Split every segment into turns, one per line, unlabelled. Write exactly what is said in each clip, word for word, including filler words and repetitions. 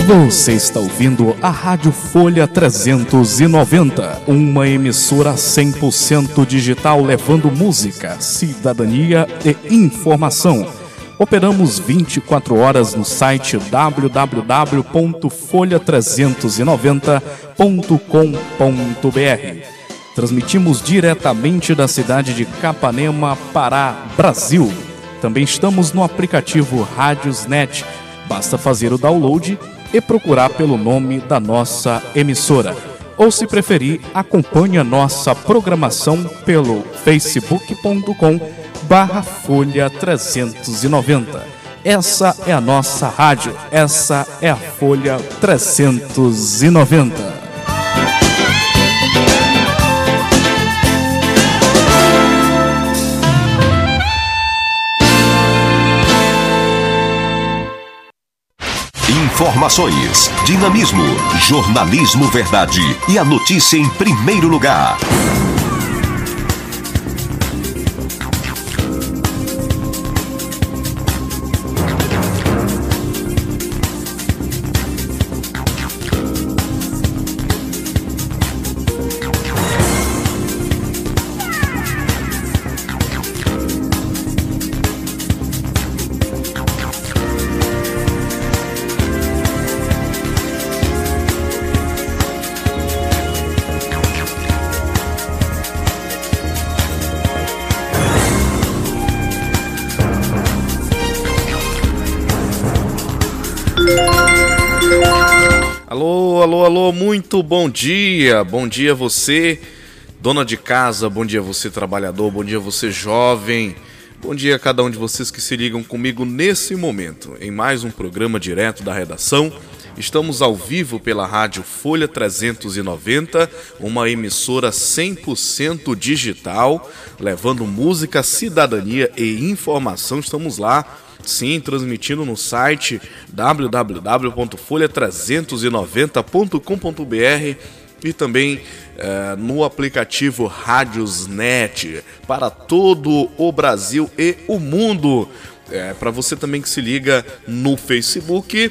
Você está ouvindo a Rádio Folha trezentos e noventa, uma emissora cem por cento digital levando música, cidadania e informação. Operamos vinte e quatro horas no site w w w ponto folha trezentos e noventa ponto com ponto b r. Transmitimos diretamente da cidade de Capanema, Pará, Brasil. Também estamos no aplicativo Rádiosnet. Basta fazer o download e procurar pelo nome da nossa emissora. Ou, se preferir, acompanhe a nossa programação pelo facebook ponto com barra folha trezentos e noventa. Essa é a nossa rádio, essa é a Folha trezentos e noventa.
Informações, dinamismo, jornalismo verdade e a notícia em primeiro lugar.
Alô, alô, alô, muito bom dia, bom dia você, dona de casa, bom dia você trabalhador, bom dia você jovem, bom dia a cada um de vocês que se ligam comigo nesse momento, em mais um programa direto da redação. Estamos ao vivo pela Rádio Folha trezentos e noventa, uma emissora cem por cento digital, levando música, cidadania e informação. Estamos lá, sim, transmitindo no site w w w ponto folha trezentos e noventa ponto com ponto b r e também eh, no aplicativo Rádiosnet para todo o Brasil e o mundo. É, para você também que se liga no Facebook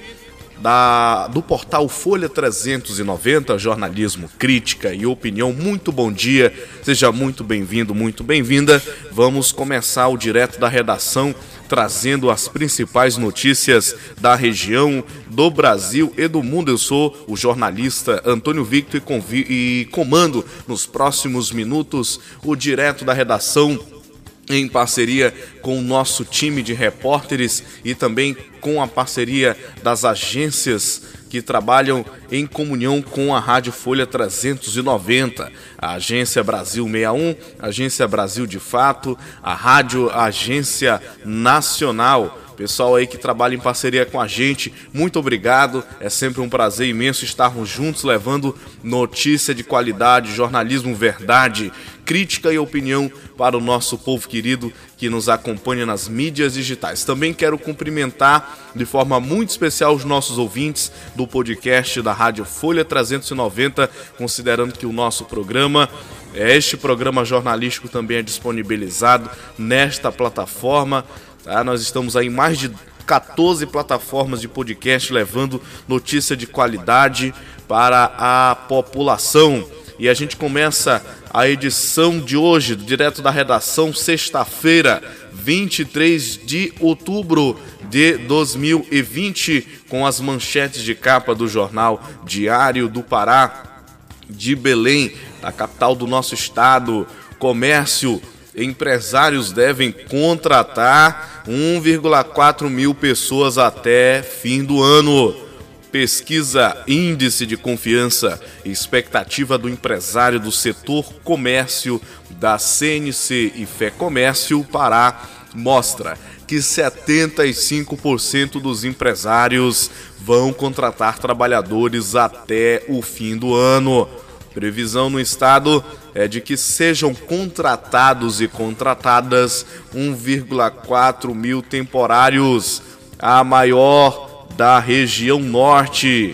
Da, do portal Folha trezentos e noventa, jornalismo, crítica e opinião. Muito bom dia, seja muito bem-vindo, muito bem-vinda. Vamos começar o direto da redação trazendo as principais notícias da região, do Brasil e do mundo. Eu sou o jornalista Antônio Victor e, convi- e comando nos próximos minutos o direto da redação, em parceria com o nosso time de repórteres e também com a parceria das agências que trabalham em comunhão com a Rádio Folha trezentos e noventa, a Agência Brasil sessenta e um, a Agência Brasil de Fato, a Rádio Agência Nacional. Pessoal aí que trabalha em parceria com a gente, muito obrigado, é sempre um prazer imenso estarmos juntos levando notícia de qualidade, jornalismo verdade, crítica e opinião para o nosso povo querido que nos acompanha nas mídias digitais. Também quero cumprimentar de forma muito especial os nossos ouvintes do podcast da Rádio Folha trezentos e noventa, considerando que o nosso programa, este programa jornalístico também é disponibilizado nesta plataforma. Tá? Nós estamos aí em mais de quatorze plataformas de podcast levando notícia de qualidade para a população. E a gente começa a edição de hoje, direto da redação, sexta-feira, vinte e três de outubro de dois mil e vinte, com as manchetes de capa do jornal Diário do Pará, de Belém, da capital do nosso estado. Comércio: empresários devem contratar um vírgula quatro mil pessoas até fim do ano. Pesquisa Índice de Confiança e Expectativa do Empresário do Setor Comércio da C N C e Fé Comércio Pará mostra que setenta e cinco por cento dos empresários vão contratar trabalhadores até o fim do ano. Previsão no estado é de que sejam contratados e contratadas um vírgula quatro mil temporários, a maior da região norte.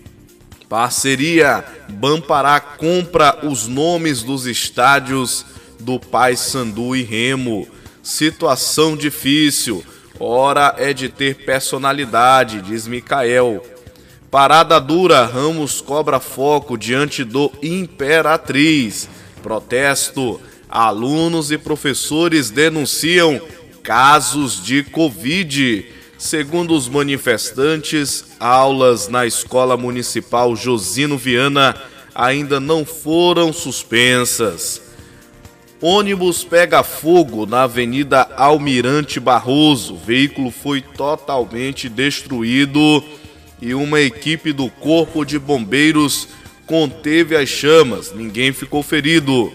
Parceria: Bampará compra os nomes dos estádios do Paysandu e Remo. Situação difícil, hora é de ter personalidade, diz Micael. Parada dura, Ramos cobra foco diante do Imperatriz. Protesto, alunos e professores denunciam casos de Covid. Segundo os manifestantes, aulas na Escola Municipal Josino Viana ainda não foram suspensas. Ônibus pega fogo na Avenida Almirante Barroso. O veículo foi totalmente destruído e uma equipe do Corpo de Bombeiros conteve as chamas. Ninguém ficou ferido.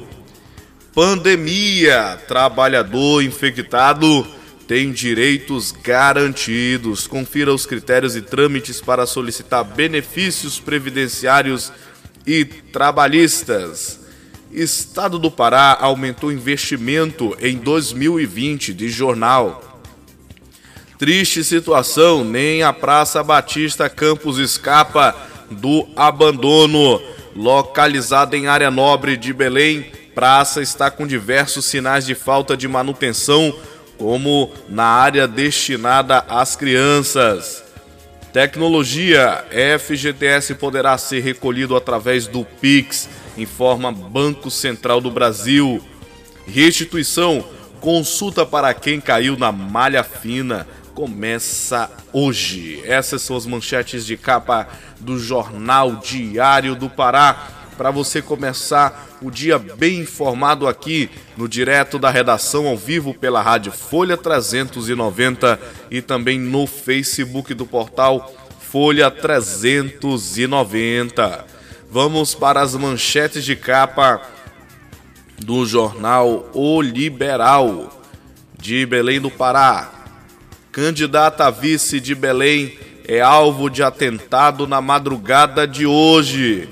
Pandemia. Trabalhador infectado tem direitos garantidos. Confira os critérios e trâmites para solicitar benefícios previdenciários e trabalhistas. Estado do Pará aumentou investimento em dois mil e vinte de jornal. Triste situação, nem a Praça Batista Campos escapa do abandono. Localizada em área nobre de Belém, praça está com diversos sinais de falta de manutenção, como na área destinada às crianças. Tecnologia, F G T S poderá ser recolhido através do Pix, informa Banco Central do Brasil. Restituição, consulta para quem caiu na malha fina, começa hoje. Essas são as manchetes de capa do Jornal Diário do Pará, para você começar o dia bem informado aqui no Direto da Redação, ao vivo pela Rádio Folha trezentos e noventa e também no Facebook do portal Folha trezentos e noventa. Vamos para as manchetes de capa do jornal O Liberal de Belém do Pará. Candidata a vice de Belém é alvo de atentado na madrugada de hoje.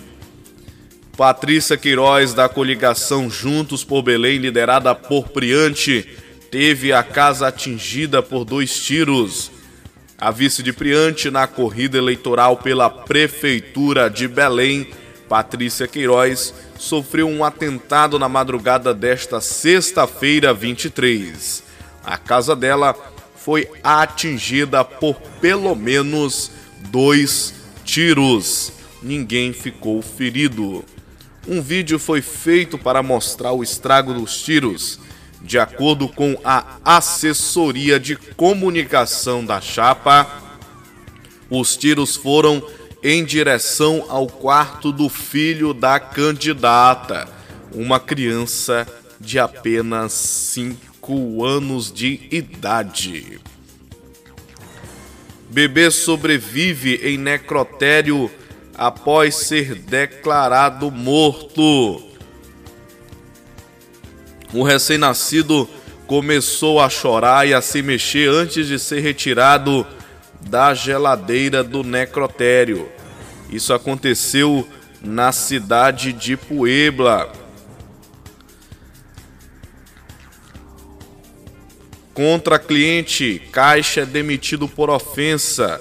Patrícia Queiroz, da coligação Juntos por Belém, liderada por Priante, teve a casa atingida por dois tiros. A vice de Priante na corrida eleitoral pela Prefeitura de Belém, Patrícia Queiroz, sofreu um atentado na madrugada desta sexta-feira, vinte e três. A casa dela foi atingida por pelo menos dois tiros. Ninguém ficou ferido. Um vídeo foi feito para mostrar o estrago dos tiros. De acordo com a assessoria de comunicação da chapa, os tiros foram em direção ao quarto do filho da candidata, uma criança de apenas cinco anos de idade. Bebê sobrevive em necrotério após ser declarado morto. O recém-nascido começou a chorar e a se mexer antes de ser retirado da geladeira do necrotério. Isso aconteceu na cidade de Puebla. Contra cliente, caixa é demitido por ofensa.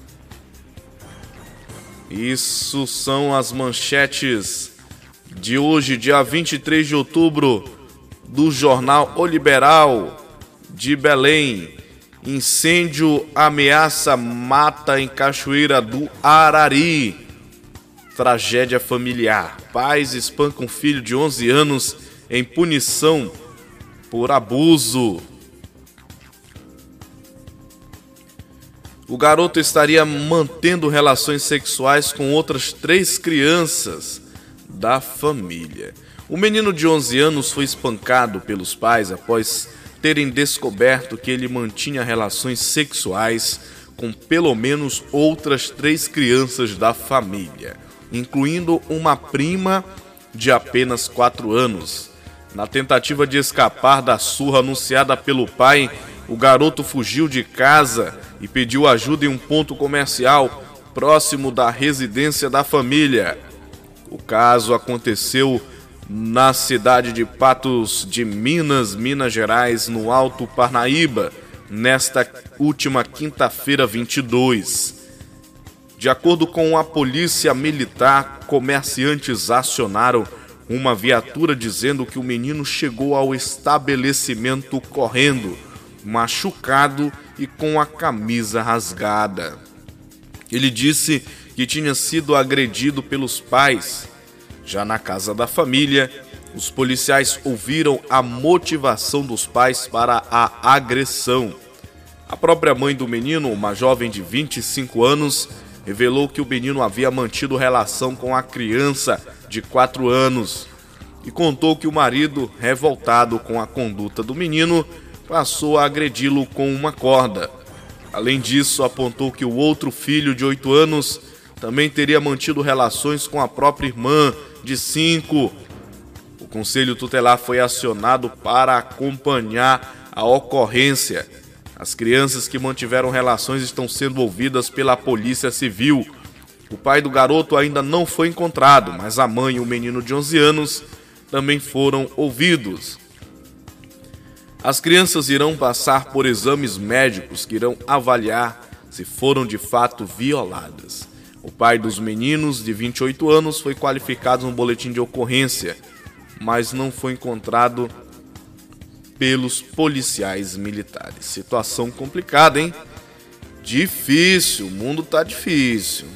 Isso são as manchetes de hoje, dia vinte e três de outubro, do jornal O Liberal de Belém. Incêndio ameaça mata em Cachoeira do Arari. Tragédia familiar. Pais espancam filho de onze anos em punição por abuso. O garoto estaria mantendo relações sexuais com outras três crianças da família. O menino de onze anos foi espancado pelos pais após terem descoberto que ele mantinha relações sexuais com pelo menos outras três crianças da família, incluindo uma prima de apenas quatro anos. Na tentativa de escapar da surra anunciada pelo pai, o garoto fugiu de casa e pediu ajuda em um ponto comercial próximo da residência da família. O caso aconteceu na cidade de Patos de Minas, Minas Gerais, no Alto Parnaíba, nesta última quinta-feira, vinte e dois. De acordo com a polícia militar, comerciantes acionaram uma viatura dizendo que o menino chegou ao estabelecimento correndo, machucado e com a camisa rasgada. Ele disse que tinha sido agredido pelos pais. Já na casa da família, os policiais ouviram a motivação dos pais para a agressão. A própria mãe do menino, uma jovem de vinte e cinco anos, revelou que o menino havia mantido relação com a criança de quatro anos e contou que o marido, revoltado com a conduta do menino, passou a agredi-lo com uma corda. Além disso, apontou que o outro filho de oito anos também teria mantido relações com a própria irmã de cinco. O Conselho Tutelar foi acionado para acompanhar a ocorrência. As crianças que mantiveram relações estão sendo ouvidas pela Polícia Civil. O pai do garoto ainda não foi encontrado, mas a mãe e o menino de onze anos também foram ouvidos. As crianças irão passar por exames médicos que irão avaliar se foram de fato violadas. O pai dos meninos, de vinte e oito anos, foi qualificado no boletim de ocorrência, mas não foi encontrado pelos policiais militares. Situação complicada, hein? Difícil, o mundo tá difícil.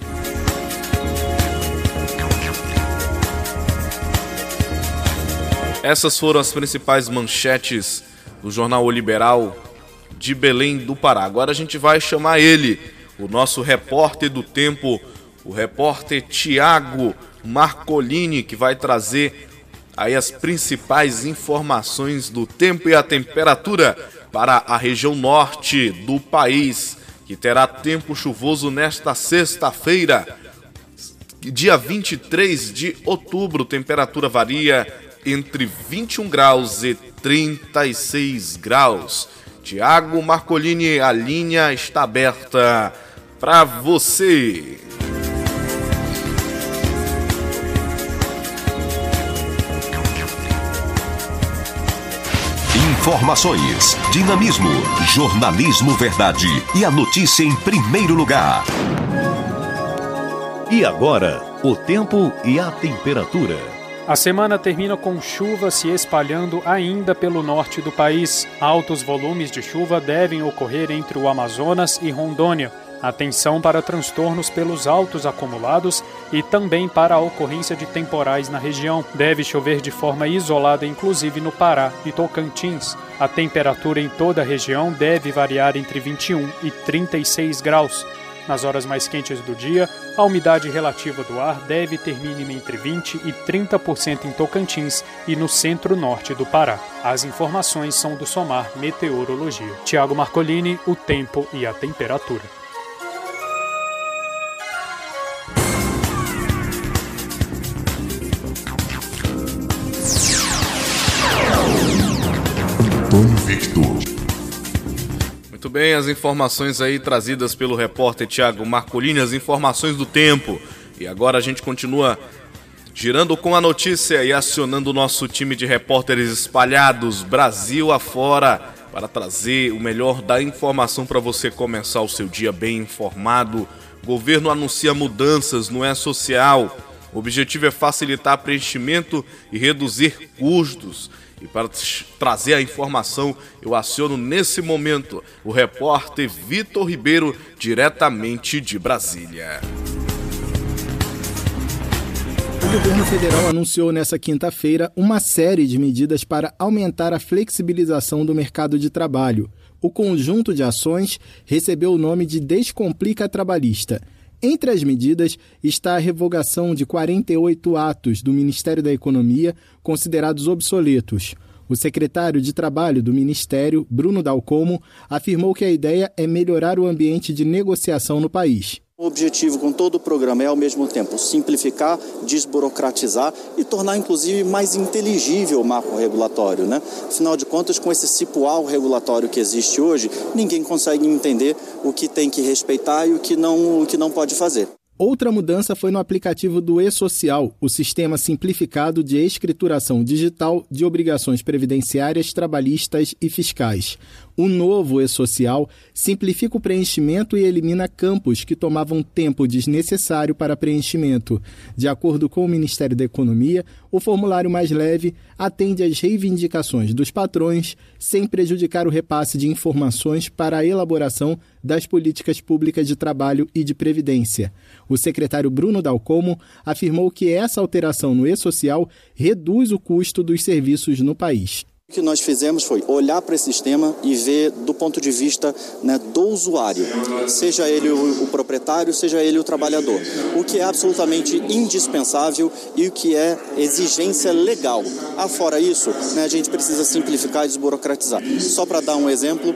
Essas foram as principais manchetes do jornal O Liberal de Belém do Pará. Agora a gente vai chamar ele, o nosso repórter do tempo, o repórter Tiago Marcolini, que vai trazer aí as principais informações do tempo e a temperatura para a região norte do país, que terá tempo chuvoso nesta sexta-feira, dia vinte e três de outubro. Temperatura varia entre vinte e um graus e trinta e seis graus. Tiago Marcolini, a linha está aberta para você.
Informações, dinamismo, jornalismo verdade e a notícia em primeiro lugar.
E agora, o tempo e a temperatura.
A semana termina com chuva se espalhando ainda pelo norte do país. Altos volumes de chuva devem ocorrer entre o Amazonas e Rondônia. Atenção para transtornos pelos altos acumulados e também para a ocorrência de temporais na região. Deve chover de forma isolada, inclusive no Pará e Tocantins. A temperatura em toda a região deve variar entre vinte e um e trinta e seis graus. Nas horas mais quentes do dia, a umidade relativa do ar deve ter mínima entre vinte e trinta por cento em Tocantins e no centro-norte do Pará. As informações são do Somar Meteorologia. Tiago Marcolini, o tempo e a temperatura.
Muito bem, as informações aí trazidas pelo repórter Tiago Marcolini, as informações do tempo. E agora a gente continua girando com a notícia e acionando o nosso time de repórteres espalhados Brasil afora para trazer o melhor da informação para você começar o seu dia bem informado. O governo anuncia mudanças no E-Social. O objetivo é facilitar preenchimento e reduzir custos. E para trazer a informação, eu aciono nesse momento o repórter Vitor Ribeiro, diretamente de Brasília.
O governo federal anunciou nesta quinta-feira uma série de medidas para aumentar a flexibilização do mercado de trabalho. O conjunto de ações recebeu o nome de Descomplica Trabalhista. Entre as medidas está a revogação de quarenta e oito atos do Ministério da Economia considerados obsoletos. O secretário de Trabalho do Ministério, Bruno Dalcomo, afirmou que a ideia é melhorar o ambiente de negociação no país.
O objetivo com todo o programa é, ao mesmo tempo, simplificar, desburocratizar e tornar, inclusive, mais inteligível o marco regulatório, né? Afinal de contas, com esse cipual regulatório que existe hoje, ninguém consegue entender o que tem que respeitar e o que não, o que não pode fazer.
Outra mudança foi no aplicativo do E-Social, o sistema simplificado de escrituração digital de obrigações previdenciárias, trabalhistas e fiscais. O novo e-social simplifica o preenchimento e elimina campos que tomavam tempo desnecessário para preenchimento. De acordo com o Ministério da Economia, o formulário mais leve atende às reivindicações dos patrões, sem prejudicar o repasse de informações para a elaboração das políticas públicas de trabalho e de previdência. O secretário Bruno Dalcomo afirmou que essa alteração no e-social reduz o custo dos serviços no país.
O que nós fizemos foi olhar para esse sistema e ver do ponto de vista, né, do usuário, seja ele o, o proprietário, seja ele o trabalhador, o que é absolutamente indispensável e o que é exigência legal. Afora isso, né, a gente precisa simplificar e desburocratizar. Só para dar um exemplo,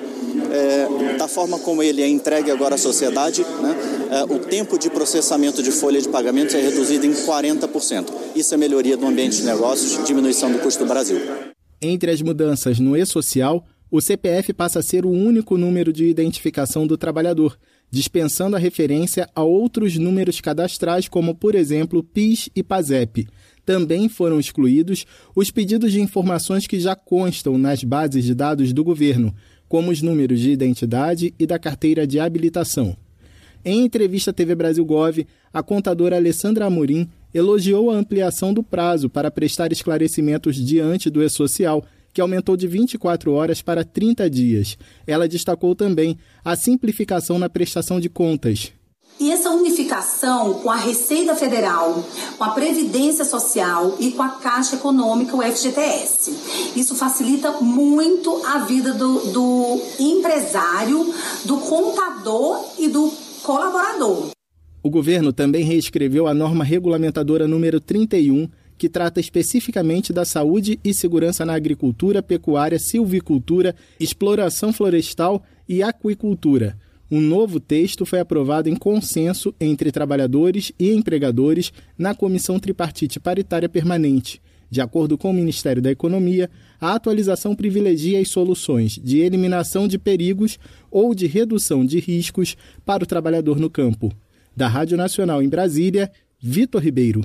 é, da forma como ele é entregue agora à sociedade, né, é, o tempo de processamento de folha de pagamentos é reduzido em quarenta por cento. Isso é melhoria do ambiente de negócios, diminuição do custo do Brasil.
Entre as mudanças no e-social, o C P F passa a ser o único número de identificação do trabalhador, dispensando a referência a outros números cadastrais, como, por exemplo, PIS e PASEP. Também foram excluídos os pedidos de informações que já constam nas bases de dados do governo, como os números de identidade e da carteira de habilitação. Em entrevista à T V Brasil Gov, a contadora Alessandra Amorim elogiou a ampliação do prazo para prestar esclarecimentos diante do e-social, que aumentou de vinte e quatro horas para trinta dias. Ela destacou também a simplificação na prestação de contas.
E essa unificação com a Receita Federal, com a Previdência Social e com a Caixa Econômica, o F G T S. Isso facilita muito a vida do, do empresário, do contador e do colaborador.
O governo também reescreveu a norma regulamentadora número trinta e um, que trata especificamente da saúde e segurança na agricultura, pecuária, silvicultura, exploração florestal e aquicultura. Um novo texto foi aprovado em consenso entre trabalhadores e empregadores na Comissão Tripartite Paritária Permanente. De acordo com o Ministério da Economia, a atualização privilegia as soluções de eliminação de perigos ou de redução de riscos para o trabalhador no campo. Da Rádio Nacional em Brasília, Vitor Ribeiro.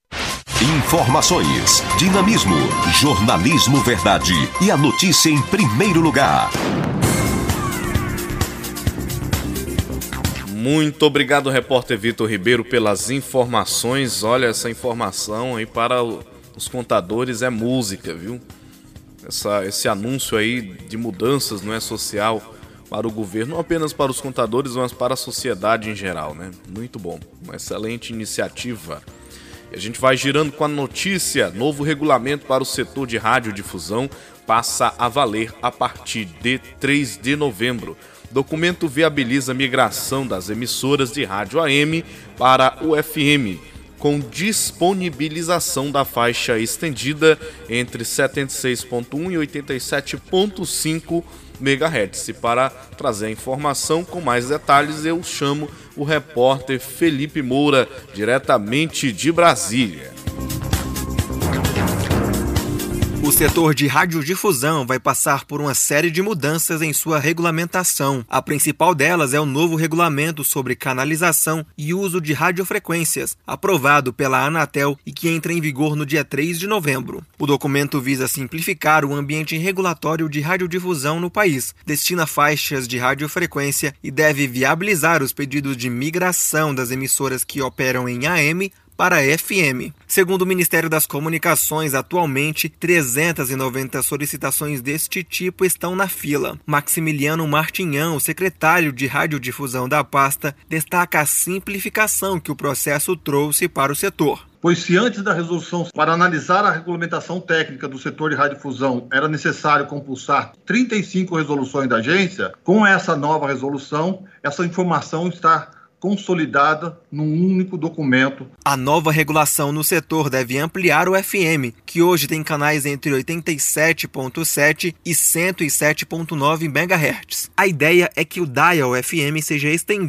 Informações, dinamismo, jornalismo verdade e a notícia em primeiro lugar.
Muito obrigado, repórter Vitor Ribeiro, pelas informações. Olha, essa informação aí para os contadores é música, viu? Essa, esse anúncio aí de mudanças no E-Social para o governo, não apenas para os contadores, mas para a sociedade em geral, né? Muito bom, uma excelente iniciativa. E a gente vai girando com a notícia. Novo regulamento para o setor de radiodifusão passa a valer a partir de três de novembro. Documento viabiliza a migração das emissoras de rádio A M para o F M, com disponibilização da faixa estendida entre setenta e seis ponto um e oitenta e sete ponto cinco megahertz. E para trazer a informação com mais detalhes, eu chamo o repórter Felipe Moura, diretamente de Brasília.
O setor de radiodifusão vai passar por uma série de mudanças em sua regulamentação. A principal delas é o novo regulamento sobre canalização e uso de radiofrequências, aprovado pela Anatel e que entra em vigor no dia três de novembro. O documento visa simplificar o ambiente regulatório de radiodifusão no país, destina faixas de radiofrequência e deve viabilizar os pedidos de migração das emissoras que operam em A M para F M. Segundo o Ministério das Comunicações, atualmente trezentas e noventa solicitações deste tipo estão na fila. Maximiliano Martinhão, secretário de radiodifusão da pasta, destaca a simplificação que o processo trouxe para o setor.
Pois se antes da resolução para analisar a regulamentação técnica do setor de radiodifusão era necessário compulsar trinta e cinco resoluções da agência, com essa nova resolução, essa informação está consolidada num único documento.
A nova regulação no setor deve ampliar o F M, que hoje tem canais entre oitenta e sete ponto sete e cento e sete ponto nove megahertz. A ideia é que o dial F M seja estendido,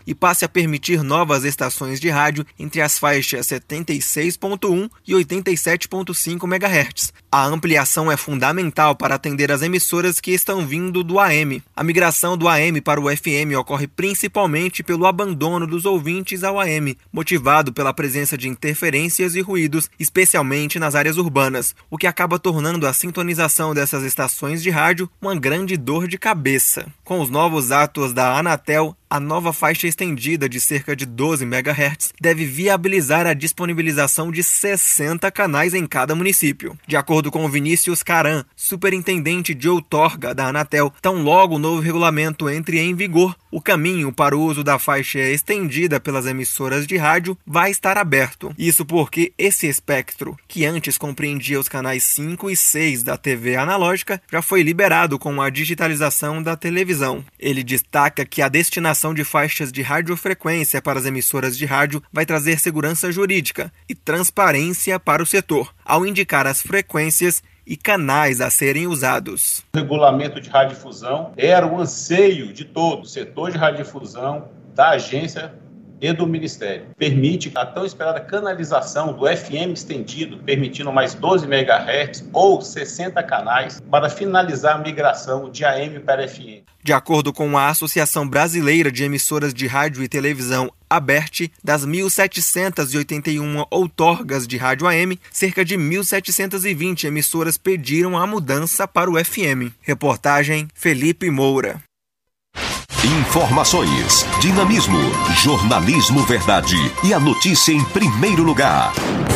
e passe a permitir novas estações de rádio entre as faixas setenta e seis ponto um e oitenta e sete ponto cinco megahertz. A ampliação é fundamental para atender as emissoras que estão vindo do A M. A migração do A M para o F M ocorre principalmente pelo abandono dos ouvintes ao A M, motivado pela presença de interferências e ruídos, especialmente nas áreas urbanas, o que acaba tornando a sintonização dessas estações de rádio uma grande dor de cabeça. Com os novos atos da Anatel, a nova faixa estendida de cerca de doze megahertz deve viabilizar a disponibilização de sessenta canais em cada município. De acordo com Vinícius Caran, superintendente de outorga da Anatel, tão logo o novo regulamento entre em vigor, o caminho para o uso da faixa estendida pelas emissoras de rádio vai estar aberto. Isso porque esse espectro, que antes compreendia os canais cinco e seis da T V analógica, já foi liberado com a digitalização da televisão. Ele destaca que a destinação de faixas de radiofrequência para as emissoras de rádio vai trazer segurança jurídica e transparência para o setor, ao indicar as frequências e canais a serem usados.
O regulamento de radiodifusão era o anseio de todo o setor de radiodifusão, da agência e do Ministério. Permite a tão esperada canalização do F M estendido, permitindo mais doze megahertz ou sessenta canais para finalizar a migração de A M para F M.
De acordo com a Associação Brasileira de Emissoras de Rádio e Televisão, ABERT, das mil setecentas e oitenta e uma outorgas de rádio A M, cerca de mil setecentas e vinte emissoras pediram a mudança para o F M. Reportagem Felipe Moura.
Informações, dinamismo, jornalismo verdade e a notícia em primeiro lugar.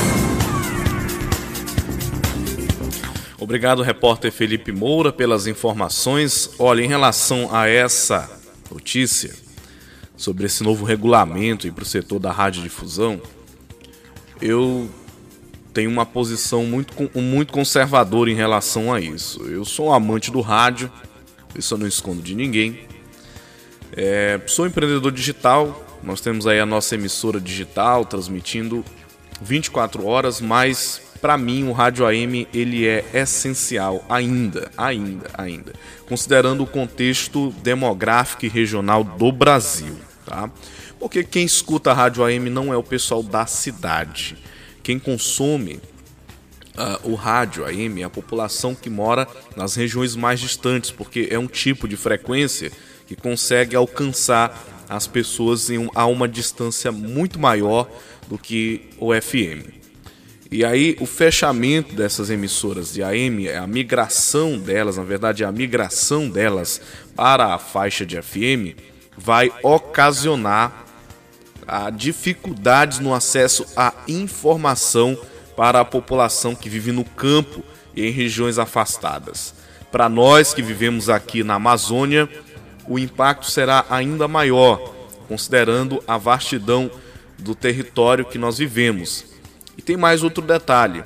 Obrigado, repórter Felipe Moura, pelas informações. Olha, em relação a essa notícia sobre esse novo regulamento para o setor da radiodifusão, eu tenho uma posição muito, muito conservadora em relação a isso. Eu sou um amante do rádio, isso eu não escondo de ninguém. É, sou empreendedor digital, nós temos aí a nossa emissora digital transmitindo vinte e quatro horas, mas para mim o rádio A M ele é essencial ainda, ainda, ainda, considerando o contexto demográfico e regional do Brasil, tá? Porque quem escuta a rádio A M não é o pessoal da cidade, quem consome uh, o rádio A M é a população que mora nas regiões mais distantes, porque é um tipo de frequência que consegue alcançar as pessoas em um, a uma distância muito maior do que o F M. E aí o fechamento dessas emissoras de A M, a migração delas, na verdade a migração delas para a faixa de F M, vai ocasionar a dificuldades no acesso à informação para a população que vive no campo e em regiões afastadas. Para nós que vivemos aqui na Amazônia, o impacto será ainda maior, considerando a vastidão do território que nós vivemos. E tem mais outro detalhe.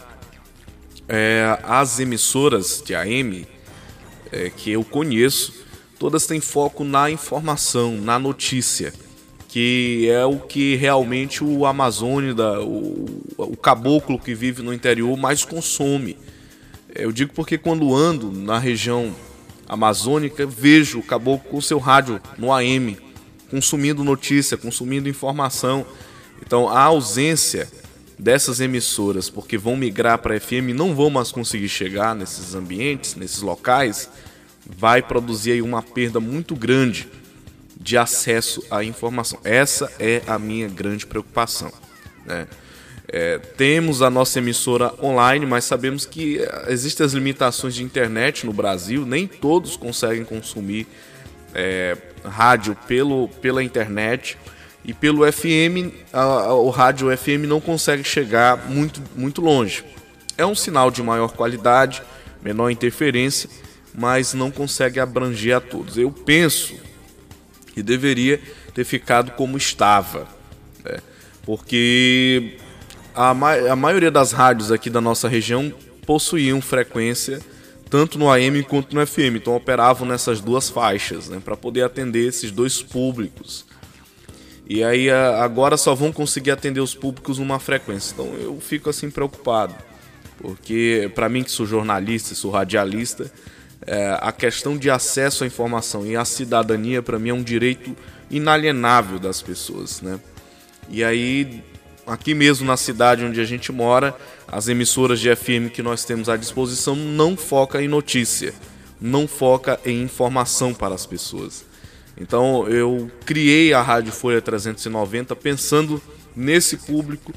É, as emissoras de A M é, que eu conheço, todas têm foco na informação, na notícia, que é o que realmente o amazônida, o, o caboclo que vive no interior mais consome. Eu digo porque quando ando na região amazônica, vejo o caboclo com o seu rádio no A M, consumindo notícia, consumindo informação. Então a ausência dessas emissoras, porque vão migrar para F M, não vão mais conseguir chegar nesses ambientes, nesses locais, vai produzir aí uma perda muito grande de acesso à informação. Essa é a minha grande preocupação, né? É, temos a nossa emissora online, mas sabemos que existem as limitações de internet no Brasil, nem todos conseguem consumir é, rádio pelo, pela internet, e pelo F M, a, a, o rádio F M não consegue chegar muito, muito longe. É um sinal de maior qualidade, menor interferência, mas não consegue abranger a todos. Eu penso que deveria ter ficado como estava, né? Porque A, ma- a maioria das rádios aqui da nossa região possuíam frequência tanto no A M quanto no F M, então operavam nessas duas faixas, né, para poder atender esses dois públicos. E aí a, agora só vão conseguir atender os públicos numa frequência. Então eu fico assim preocupado, porque para mim que sou jornalista, sou radialista, É, a questão de acesso à informação e à cidadania, para mim, é um direito inalienável das pessoas, né? E aí, aqui mesmo na cidade onde a gente mora, as emissoras de F M que nós temos à disposição não foca em notícia, não foca em informação para as pessoas. Então eu criei a Rádio Folha trezentos e noventa pensando nesse público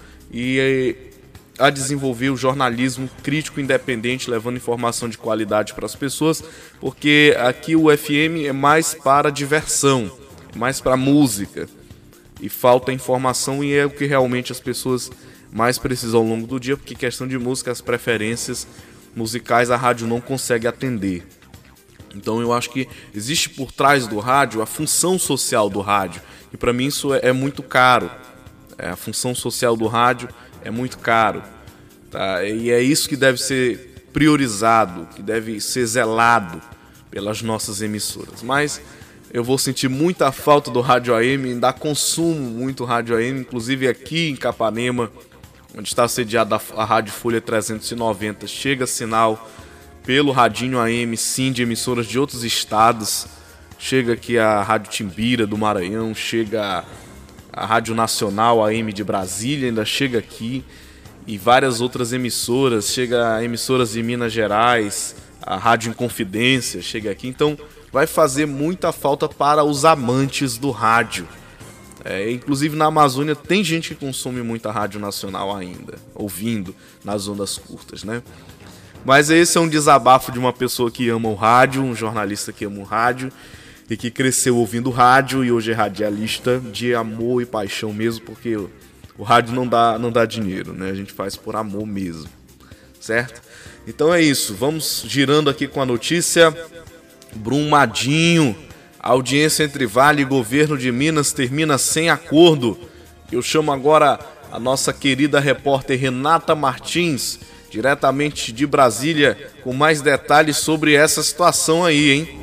e a desenvolver o jornalismo crítico independente, levando informação de qualidade para as pessoas, porque aqui o F M é mais para diversão, mais para música, e falta informação, e é o que realmente as pessoas mais precisam ao longo do dia, porque questão de música, as preferências musicais a rádio não consegue atender. Então eu acho que existe por trás do rádio a função social do rádio, e para mim isso é, é muito caro. É, a função social do rádio é muito caro, tá? E é isso que deve ser priorizado, que deve ser zelado pelas nossas emissoras. Mas eu vou sentir muita falta do rádio A M, ainda consumo muito rádio A M, inclusive aqui em Capanema, onde está sediada a Rádio Folha trezentos e noventa, chega sinal pelo radinho A M, sim, de emissoras de outros estados. Chega aqui a Rádio Timbira do Maranhão, chega a Rádio Nacional A M de Brasília, ainda chega aqui, e várias outras emissoras, chega a emissoras de Minas Gerais, a Rádio Inconfidência chega aqui, então vai fazer muita falta para os amantes do rádio. É, inclusive na Amazônia tem gente que consome muita rádio nacional ainda, ouvindo nas ondas curtas, né? Mas esse é um desabafo de uma pessoa que ama o rádio, um jornalista que ama o rádio e que cresceu ouvindo rádio e hoje é radialista de amor e paixão mesmo, porque o, o rádio não dá, não dá dinheiro, né? A gente faz por amor mesmo, certo? Então é isso, vamos girando aqui com a notícia. Brumadinho, a audiência entre Vale e governo de Minas termina sem acordo. Eu chamo agora a nossa querida repórter Renata Martins, diretamente de Brasília, com mais detalhes sobre essa situação aí, hein?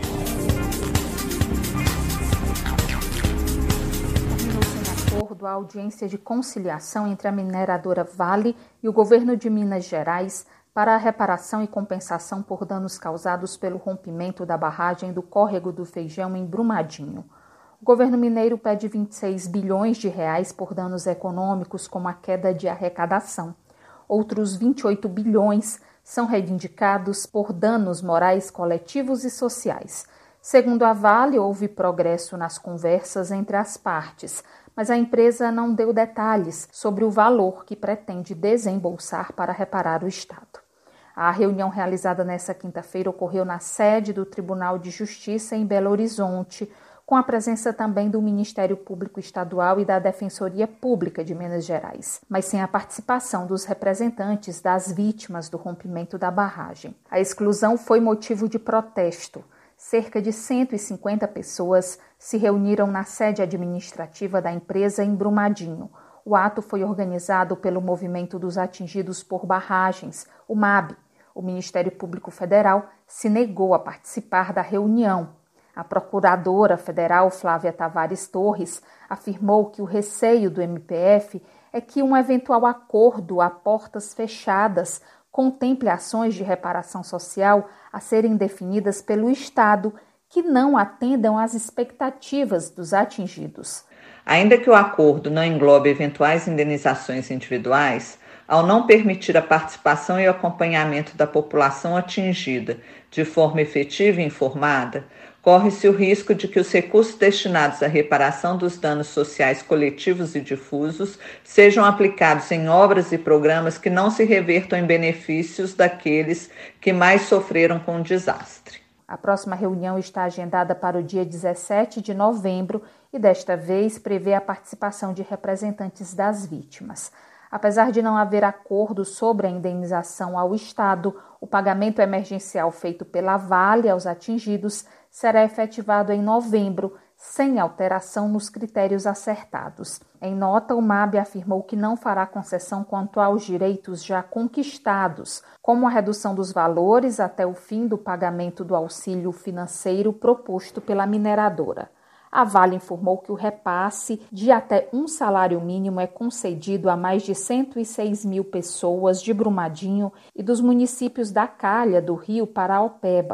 A audiência de conciliação entre a mineradora Vale e o governo de Minas Gerais para a reparação e compensação por danos causados pelo rompimento da barragem do Córrego do Feijão em Brumadinho. O governo mineiro pede vinte e seis bilhões de reais por danos econômicos, como a queda de arrecadação. Outros vinte e oito bilhões são reivindicados por danos morais coletivos e sociais. Segundo a Vale, houve progresso nas conversas entre as partes, mas a empresa não deu detalhes sobre o valor que pretende desembolsar para reparar o Estado. A reunião realizada nesta quinta-feira ocorreu na sede do Tribunal de Justiça em Belo Horizonte, com a presença também do Ministério Público Estadual e da Defensoria Pública de Minas Gerais, mas sem a participação dos representantes das vítimas do rompimento da barragem. A exclusão foi motivo de protesto. Cerca de cento e cinquenta pessoas se reuniram na sede administrativa da empresa em Brumadinho. O ato foi organizado pelo Movimento dos Atingidos por Barragens, o MAB. O Ministério Público Federal se negou a participar da reunião. A procuradora federal Flávia Tavares Torres afirmou que o receio do M P F é que um eventual acordo a portas fechadas contemple ações de reparação social a serem definidas pelo Estado que não atendam às expectativas dos atingidos.
Ainda que o acordo não englobe eventuais indenizações individuais, ao não permitir a participação e o acompanhamento da população atingida de forma efetiva e informada, corre-se o risco de que os recursos destinados à reparação dos danos sociais coletivos e difusos sejam aplicados em obras e programas que não se revertam em benefícios daqueles que mais sofreram com o desastre.
A próxima reunião está agendada para o dia dezessete de novembro e, desta vez, prevê a participação de representantes das vítimas. Apesar de não haver acordo sobre a indenização ao Estado, o pagamento emergencial feito pela Vale aos atingidos será efetivado em novembro, sem alteração nos critérios acertados. Em nota, o MAB afirmou que não fará concessão quanto aos direitos já conquistados, como a redução dos valores até o fim do pagamento do auxílio financeiro proposto pela mineradora. A Vale informou que o repasse de até um salário mínimo é concedido a mais de cento e seis mil pessoas de Brumadinho e dos municípios da Calha, do Rio Paraopeba.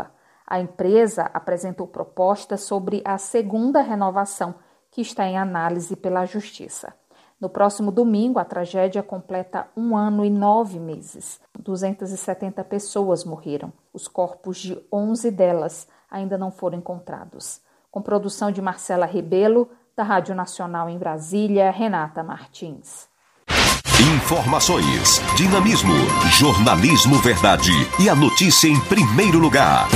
A empresa apresentou propostas sobre a segunda renovação, que está em análise pela Justiça. No próximo domingo, a tragédia completa um ano e nove meses. duzentas e setenta pessoas morreram. Os corpos de onze delas ainda não foram encontrados. Com produção de Marcela Rebelo, da Rádio Nacional em Brasília, Renata Martins.
Informações, dinamismo, jornalismo verdade e a notícia em primeiro lugar.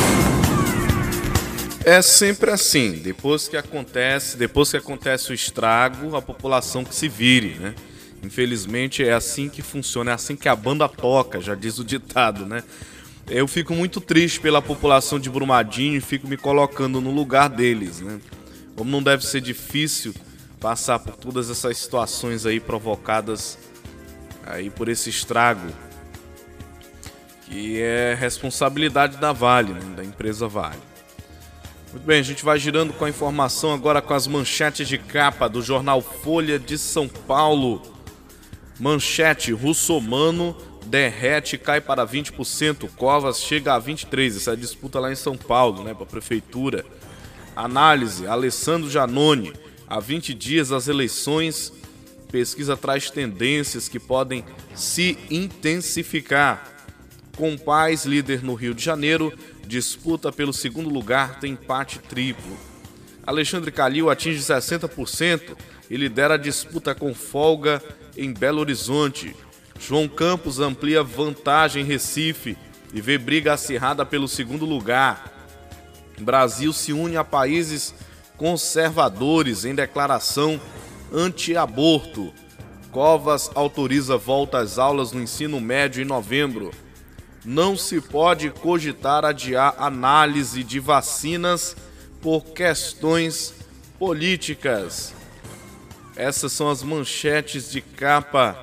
É sempre assim, depois que acontece, depois que acontece o estrago, a população que se vire, né? Infelizmente é assim que funciona, é assim que a banda toca, já diz o ditado, né? Eu fico muito triste pela população de Brumadinho e fico me colocando no lugar deles, né? Como não deve ser difícil passar por todas essas situações aí provocadas aí por esse estrago, que é responsabilidade da Vale, né? Da empresa Vale. Muito bem, a gente vai girando com a informação agora com as manchetes de capa do jornal Folha de São Paulo. Manchete: Russomano derrete e cai para vinte por cento, Covas chega a vinte e três por cento. Essa é a disputa lá em São Paulo, né, para a prefeitura. Análise: Alessandro Janone. Há vinte dias das eleições, pesquisa traz tendências que podem se intensificar. Compaz, líder no Rio de Janeiro, disputa pelo segundo lugar, tem empate triplo. Alexandre Calil atinge sessenta por cento e lidera a disputa com folga em Belo Horizonte. João Campos amplia vantagem em Recife e vê briga acirrada pelo segundo lugar. Brasil se une a países conservadores em declaração anti-aborto. Covas autoriza volta às aulas no ensino médio em novembro. Não se pode cogitar adiar análise de vacinas por questões políticas. Essas são as manchetes de capa.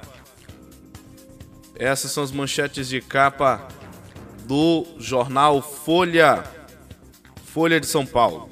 Essas são as manchetes de capa do jornal Folha, Folha de São Paulo.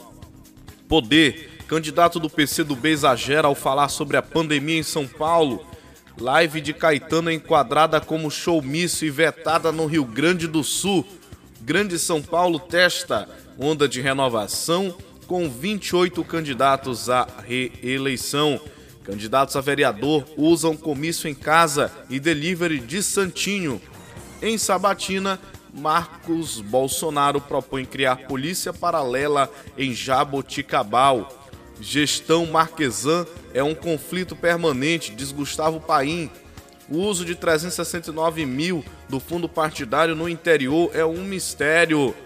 Poder: candidato do P C do B exagera ao falar sobre a pandemia em São Paulo. Live de Caetano é enquadrada como showmício e vetada no Rio Grande do Sul. Grande São Paulo testa onda de renovação com vinte e oito candidatos à reeleição. Candidatos a vereador usam comício em casa e delivery de Santinho. Em Sabatina, Marcos Bolsonaro propõe criar polícia paralela em Jaboticabal. Gestão Marquesan é um conflito permanente, diz Gustavo Paim. O uso de trezentos e sessenta e nove mil do fundo partidário no interior é um mistério.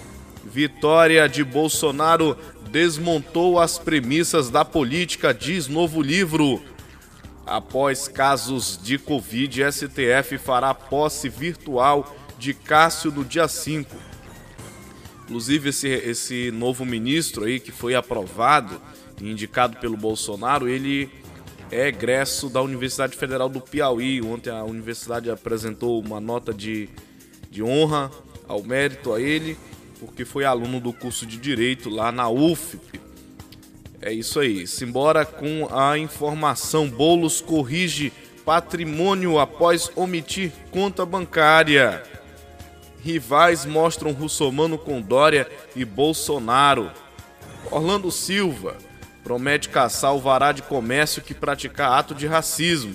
Vitória de Bolsonaro desmontou as premissas da política, diz novo livro. Após casos de Covid, S T F fará posse virtual de Cássio no dia cinco. Inclusive, esse, esse novo ministro aí que foi aprovado e indicado pelo Bolsonaro, ele é egresso da Universidade Federal do Piauí. Ontem a universidade apresentou uma nota de, de honra ao mérito a ele, porque foi aluno do curso de Direito lá na U F P. É isso aí. Simbora com a informação. Boulos corrige patrimônio após omitir conta bancária. Rivais mostram Russomano com Dória e Bolsonaro. Orlando Silva promete caçar o vará de comércio que praticar ato de racismo.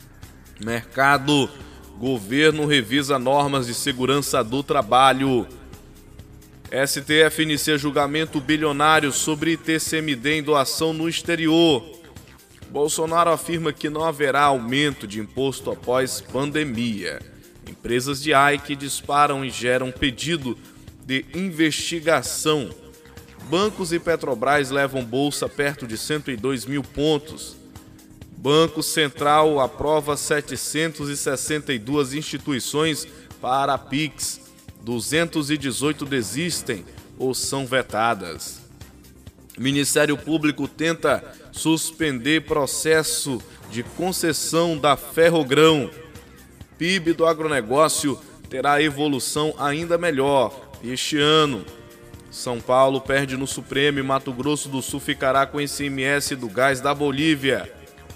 Mercado: governo revisa normas de segurança do trabalho. S T F inicia julgamento bilionário sobre I T C M D em doação no exterior. Bolsonaro afirma que não haverá aumento de imposto após pandemia. Empresas de A I que disparam e geram pedido de investigação. Bancos e Petrobras levam bolsa perto de cento e dois mil pontos. Banco Central aprova setecentas e sessenta e duas instituições para a Pix. duzentas e dezoito desistem ou são vetadas. Ministério Público tenta suspender processo de concessão da Ferrogrão. P I B do agronegócio terá evolução ainda melhor este ano. São Paulo perde no Supremo e Mato Grosso do Sul ficará com I C M S do gás da Bolívia.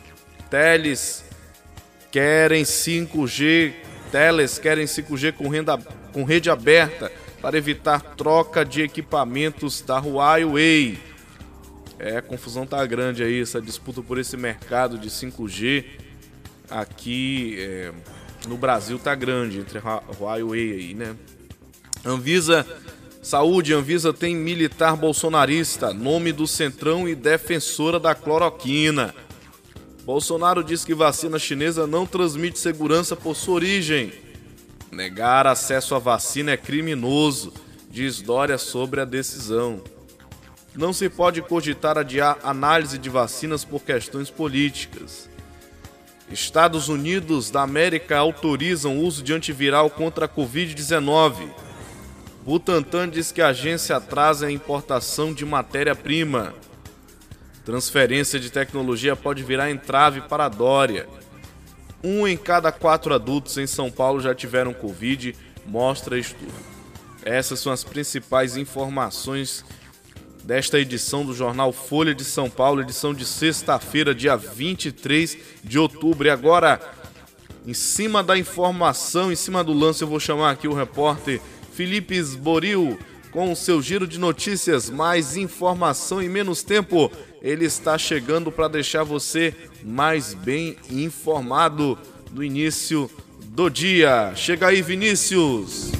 Teles querem cinco G, Teles querem cinco G com, renda, com rede aberta para evitar troca de equipamentos da Huawei. É, a confusão tá grande aí, essa disputa por esse mercado de cinco G aqui é, no Brasil tá grande, entre a Huawei aí, né? Anvisa Saúde, Anvisa tem militar bolsonarista, nome do Centrão e defensora da cloroquina. Bolsonaro diz que vacina chinesa não transmite segurança por sua origem. Negar acesso à vacina é criminoso, diz Dória sobre a decisão. Não se pode cogitar adiar análise de vacinas por questões políticas. Estados Unidos da América autorizam o uso de antiviral contra a covid dezenove. Butantan diz que a agência atrasa a importação de matéria-prima. Transferência de tecnologia pode virar entrave para a Dória. Um em cada quatro adultos em São Paulo já tiveram Covid, mostra estudo. Essas são as principais informações desta edição do Jornal Folha de São Paulo, edição de sexta-feira, dia vinte e três de outubro. E agora, em cima da informação, em cima do lance, eu vou chamar aqui o repórter Felipe Esboril com o seu giro de notícias. Mais informação em menos tempo. Ele está chegando para deixar você mais bem informado no início do dia. Chega aí, Vinícius!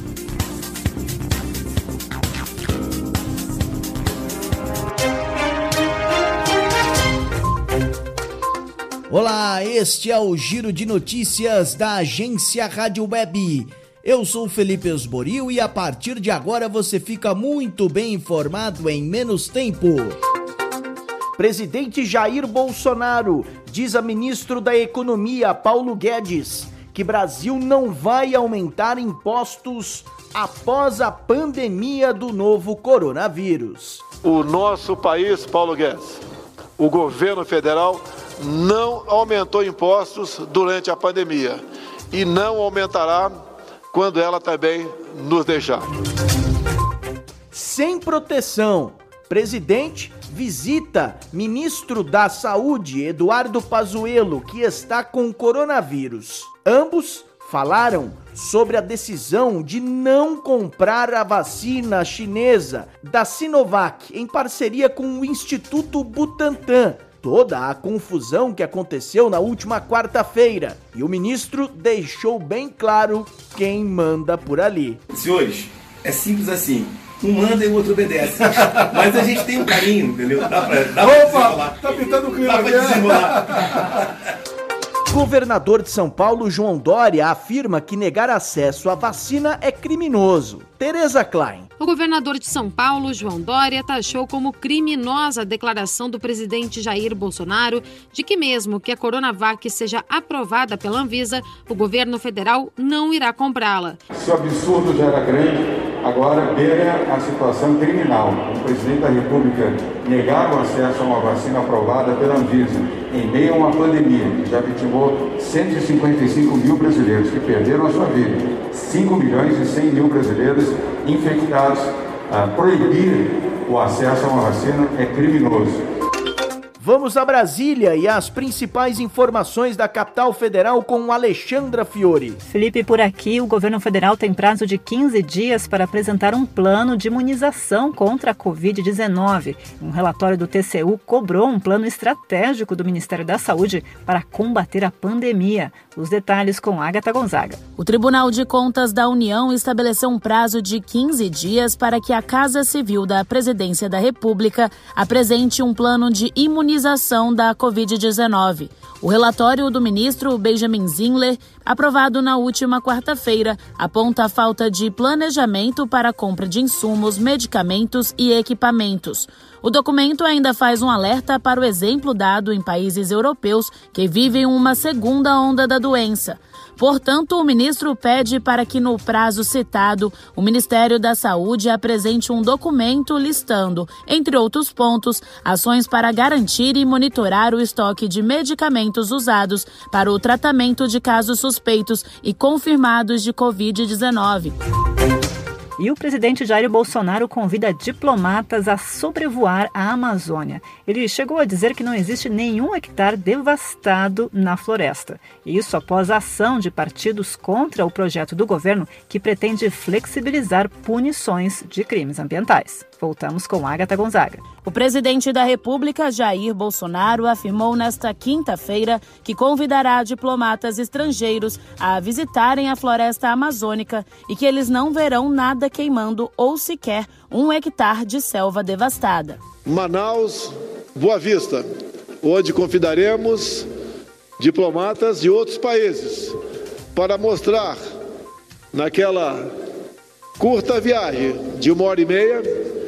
Olá, este é o Giro de Notícias da Agência Rádio Web. Eu sou Felipe Esboril e a partir de agora você fica muito bem informado em menos tempo. Presidente Jair Bolsonaro diz a ministro da Economia, Paulo Guedes, que Brasil não vai aumentar impostos após a pandemia do novo coronavírus.
O nosso país, Paulo Guedes, o governo federal não aumentou impostos durante a pandemia e não aumentará quando ela também nos deixar.
Sem proteção, presidente visita ministro da Saúde, Eduardo Pazuello, que está com coronavírus. Ambos falaram sobre a decisão de não comprar a vacina chinesa da Sinovac em parceria com o Instituto Butantan. Toda a confusão que aconteceu na última quarta-feira. E o ministro deixou bem claro quem manda por ali.
Senhores, é simples assim. Um manda e o outro obedece. Mas a gente tem um carinho, entendeu? Dá pra, dá
Opa, tá pintando o clima
aqui. Dá pra desenrolar.
Governador de São Paulo, João Dória, afirma que negar acesso à vacina é criminoso. Tereza Klein.
O governador de São Paulo, João Dória, taxou como criminosa a declaração do presidente Jair Bolsonaro de que mesmo que a Coronavac seja aprovada pela Anvisa, o governo federal não irá comprá-la.
Se o absurdo já era grande, agora beira a situação criminal. O presidente da República negar o acesso a uma vacina aprovada pela Anvisa em meio a uma pandemia que já vitimou cento e cinquenta e cinco mil brasileiros que perderam a sua vida, cinco milhões e cem mil brasileiros infectados. A proibir o acesso a uma vacina é criminoso.
Vamos a Brasília e as principais informações da capital federal com Alexandra Fiore.
Felipe, por aqui, o governo federal tem prazo de quinze dias para apresentar um plano de imunização contra a covid dezenove. Um relatório do T C U cobrou um plano estratégico do Ministério da Saúde para combater a pandemia. Os detalhes com Agatha Gonzaga.
O Tribunal de Contas da União estabeleceu um prazo de quinze dias para que a Casa Civil da Presidência da República apresente um plano de imunização da covid dezenove. O relatório do ministro Benjamin Zindler, aprovado na última quarta-feira, aponta a falta de planejamento para a compra de insumos, medicamentos e equipamentos. O documento ainda faz um alerta para o exemplo dado em países europeus que vivem uma segunda onda da doença. Portanto, o ministro pede para que, no prazo citado, o Ministério da Saúde apresente um documento listando, entre outros pontos, ações para garantir e monitorar o estoque de medicamentos usados para o tratamento de casos suspeitos e confirmados de covid dezenove.
E o presidente Jair Bolsonaro convida diplomatas a sobrevoar a Amazônia. Ele chegou a dizer que não existe nenhum hectare devastado na floresta. Isso após a ação de partidos contra o projeto do governo que pretende flexibilizar punições de crimes ambientais. Voltamos com Agatha Gonzaga.
O presidente da República, Jair Bolsonaro, afirmou nesta quinta-feira que convidará diplomatas estrangeiros a visitarem a floresta amazônica e que eles não verão nada queimando ou sequer um hectare de selva devastada.
Manaus, Boa Vista, onde convidaremos diplomatas de outros países para mostrar naquela curta viagem de uma hora e meia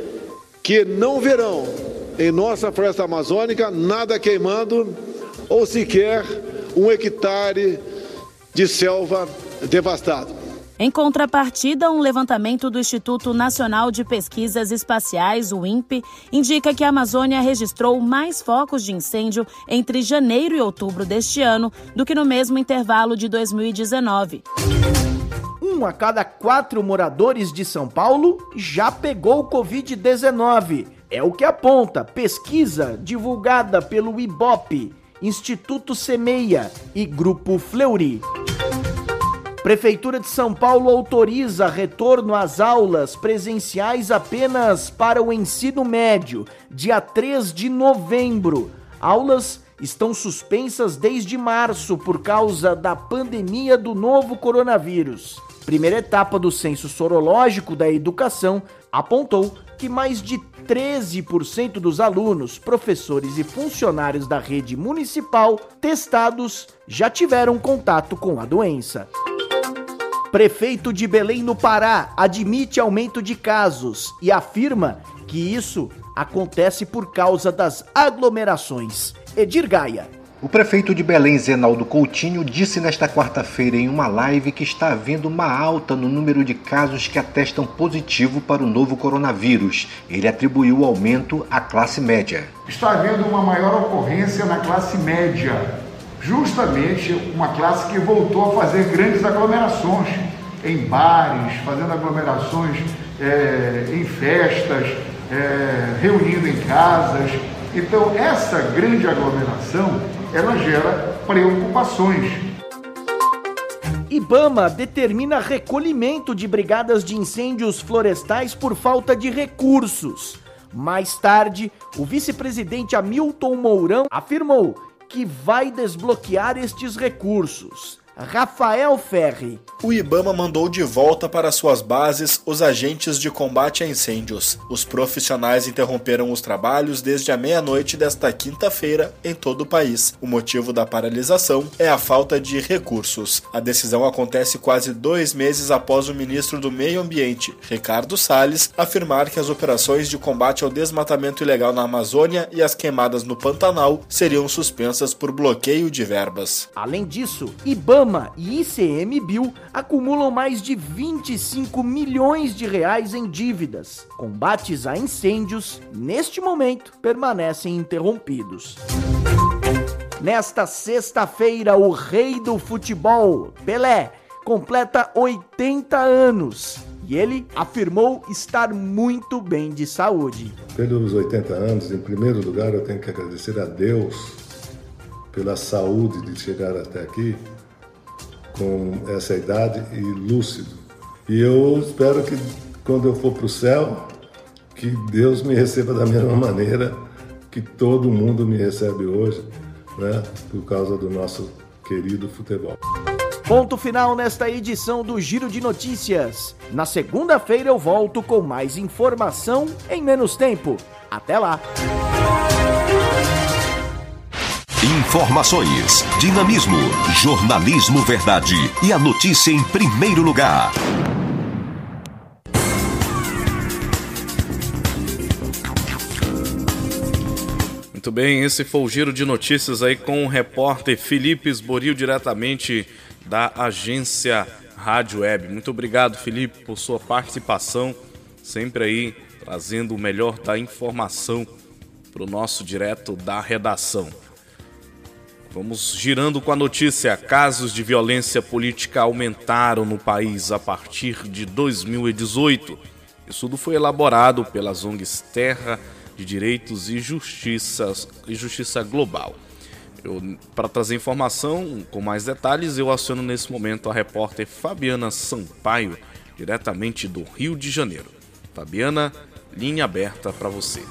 que não verão em nossa floresta amazônica nada queimando ou sequer um hectare de selva devastado.
Em contrapartida, um levantamento do Instituto Nacional de Pesquisas Espaciais, o INPE, indica que a Amazônia registrou mais focos de incêndio entre janeiro e outubro deste ano do que no mesmo intervalo de dois mil e dezenove.
Um a cada quatro moradores de São Paulo já pegou covid dezenove. É o que aponta pesquisa divulgada pelo Ibope, Instituto Semeia e Grupo Fleury. Prefeitura de São Paulo autoriza retorno às aulas presenciais apenas para o ensino médio, dia três de novembro. Aulas estão suspensas desde março por causa da pandemia do novo coronavírus. Primeira etapa do censo sorológico da educação apontou que mais de treze por cento dos alunos, professores e funcionários da rede municipal testados já tiveram contato com a doença. Prefeito de Belém no Pará admite aumento de casos e afirma que isso acontece por causa das aglomerações. Edir Gaia.
O prefeito de Belém, Zenaldo Coutinho, disse nesta quarta-feira em uma live que está havendo uma alta no número de casos que atestam positivo para o novo coronavírus. Ele atribuiu o aumento à classe média.
Está havendo uma maior ocorrência na classe média, justamente uma classe que voltou a fazer grandes aglomerações em bares, fazendo aglomerações é, em festas, é, reunindo em casas. Então, essa grande aglomeração, ela gera preocupações.
Ibama determina recolhimento de brigadas de incêndios florestais por falta de recursos. Mais tarde, o vice-presidente Hamilton Mourão afirmou que vai desbloquear estes recursos. Rafael Ferri.
O Ibama mandou de volta para suas bases os agentes de combate a incêndios. Os profissionais interromperam os trabalhos desde a meia-noite desta quinta-feira em todo o país. O motivo da paralisação é a falta de recursos. A decisão acontece quase dois meses após o ministro do Meio Ambiente, Ricardo Salles, afirmar que as operações de combate ao desmatamento ilegal na Amazônia e as queimadas no Pantanal seriam suspensas por bloqueio de verbas.
Além disso, Ibama e I C M Bill acumulam mais de vinte e cinco milhões de reais em dívidas. Combates a incêndios, neste momento, permanecem interrompidos. Nesta sexta-feira, o rei do futebol, Pelé, completa oitenta anos e ele afirmou estar muito bem de saúde.
Pelos oitenta anos, em primeiro lugar, eu tenho que agradecer a Deus pela saúde de chegar até aqui com essa idade e lúcido. E eu espero que quando eu for para o céu, que Deus me receba da mesma maneira que todo mundo me recebe hoje, né, por causa do nosso querido futebol.
Ponto final nesta edição do Giro de Notícias. Na segunda-feira eu volto com mais informação em menos tempo. Até lá!
Informações, dinamismo, jornalismo verdade e a notícia em primeiro lugar.
Muito bem, esse foi o Giro de Notícias aí com o repórter Felipe Esboril, diretamente da agência Rádio Web. Muito obrigado, Felipe, por sua participação, sempre aí trazendo o melhor da informação para o nosso direto da redação. Vamos girando com a notícia. Casos de violência política aumentaram no país a partir de dois mil e dezoito. O estudo foi elaborado pelas O N Gs Terra de Direitos e Justiça, e Justiça Global. Para trazer informação com mais detalhes, eu aciono nesse momento a repórter Fabiana Sampaio, diretamente do Rio de Janeiro. Fabiana, linha aberta para você.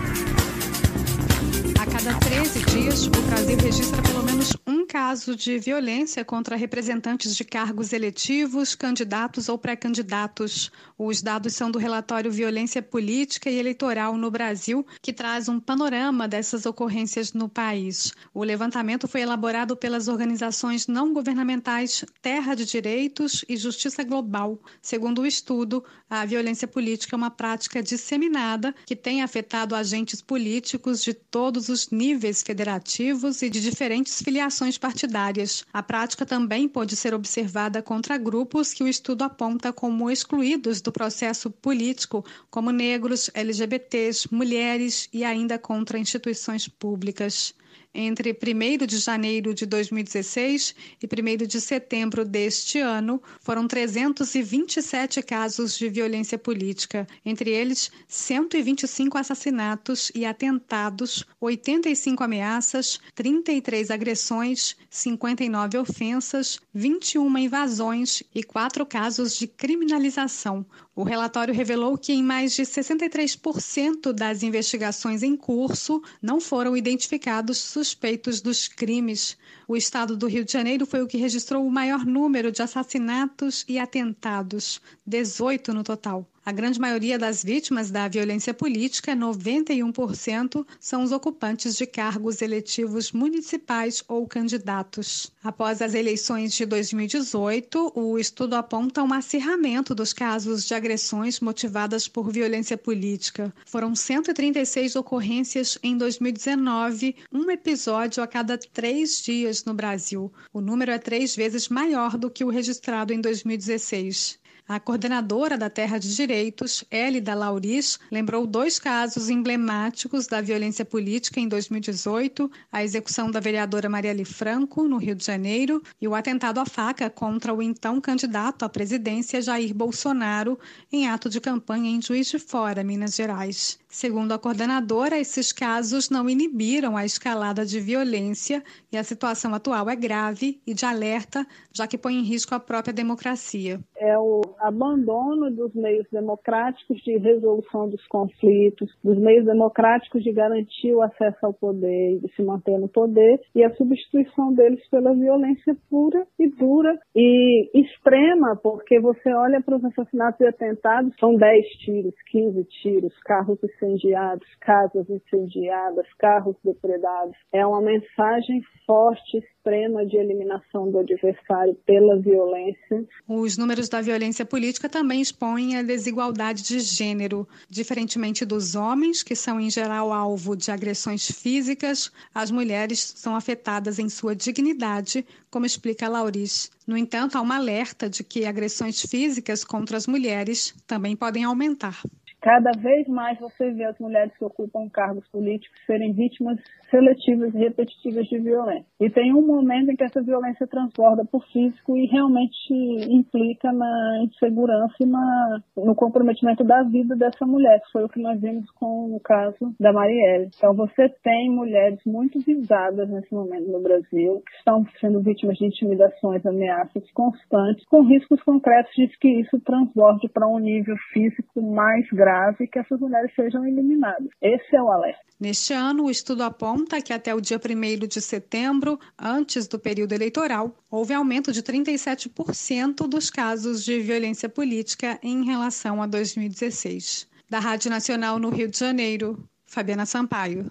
A cada treze dias, o Brasil registra pelo menos um caso de violência contra representantes de cargos eletivos, candidatos ou pré-candidatos. Os dados são do relatório Violência Política e Eleitoral no Brasil, que traz um panorama dessas ocorrências no país. O levantamento foi elaborado pelas organizações não governamentais Terra de Direitos e Justiça Global. Segundo o estudo, a violência política é uma prática disseminada que tem afetado agentes políticos de todos os níveis federativos e de diferentes filiações partidárias. A prática também pode ser observada contra grupos que o estudo aponta como excluídos do processo político, como negros, L G B Ts, mulheres e ainda contra instituições públicas. Entre primeiro de janeiro de dois mil e dezesseis e primeiro de setembro deste ano, foram trezentos e vinte e sete casos de violência política, entre eles cento e vinte e cinco assassinatos e atentados, oitenta e cinco ameaças, trinta e três agressões, cinquenta e nove ofensas, vinte e uma invasões e quatro casos de criminalização. O relatório revelou que em mais de sessenta e três por cento das investigações em curso não foram identificados suspeitos dos crimes. O estado do Rio de Janeiro foi o que registrou o maior número de assassinatos e atentados, dezoito no total. A grande maioria das vítimas da violência política, noventa e um por cento, são os ocupantes de cargos eletivos municipais ou candidatos. Após as eleições de dois mil e dezoito, o estudo aponta um acirramento dos casos de agressões motivadas por violência política. Foram cento e trinta e seis ocorrências em dois mil e dezenove, um episódio a cada três dias no Brasil. O número é três vezes maior do que o registrado em dois mil e dezesseis. A coordenadora da Terra de Direitos, Hélida Lauris, lembrou dois casos emblemáticos da violência política em dois mil e dezoito, a execução da vereadora Marielle Franco, no Rio de Janeiro, e o atentado à faca contra o então candidato à presidência Jair Bolsonaro, em ato de campanha em Juiz de Fora, Minas Gerais. Segundo a coordenadora, esses casos não inibiram a escalada de violência e a situação atual é grave e de alerta, já que põe em risco a própria democracia.
É o abandono dos meios democráticos de resolução dos conflitos, dos meios democráticos de garantir o acesso ao poder, de se manter no poder, e a substituição deles pela violência pura e dura e extrema, porque você olha para os assassinatos e atentados, são dez tiros, quinze tiros, carros incendiados, casas incendiadas, carros depredados. É uma mensagem forte, extrema de eliminação do adversário pela violência.
Os números da violência política também expõem a desigualdade de gênero. Diferentemente dos homens, que são em geral alvo de agressões físicas, as mulheres são afetadas em sua dignidade, como explica Lauris. No entanto, há um alerta de que agressões físicas contra as mulheres também podem aumentar.
Cada vez mais você vê as mulheres que ocupam cargos políticos serem vítimas seletivas e repetitivas de violência. E tem um momento em que essa violência transborda para o físico e realmente implica na insegurança e na, no comprometimento da vida dessa mulher, que foi o que nós vimos com o caso da Marielle. Então você tem mulheres muito visadas nesse momento no Brasil, que estão sendo vítimas de intimidações, ameaças constantes, com riscos concretos de que isso transborde para um nível físico mais grave, que essas mulheres sejam eliminadas. Esse é o alerta.
Neste ano, o estudo aponta que até o dia primeiro de setembro, antes do período eleitoral, houve aumento de trinta e sete por cento dos casos de violência política em relação a dois mil e dezesseis. Da Rádio Nacional no Rio de Janeiro, Fabiana Sampaio.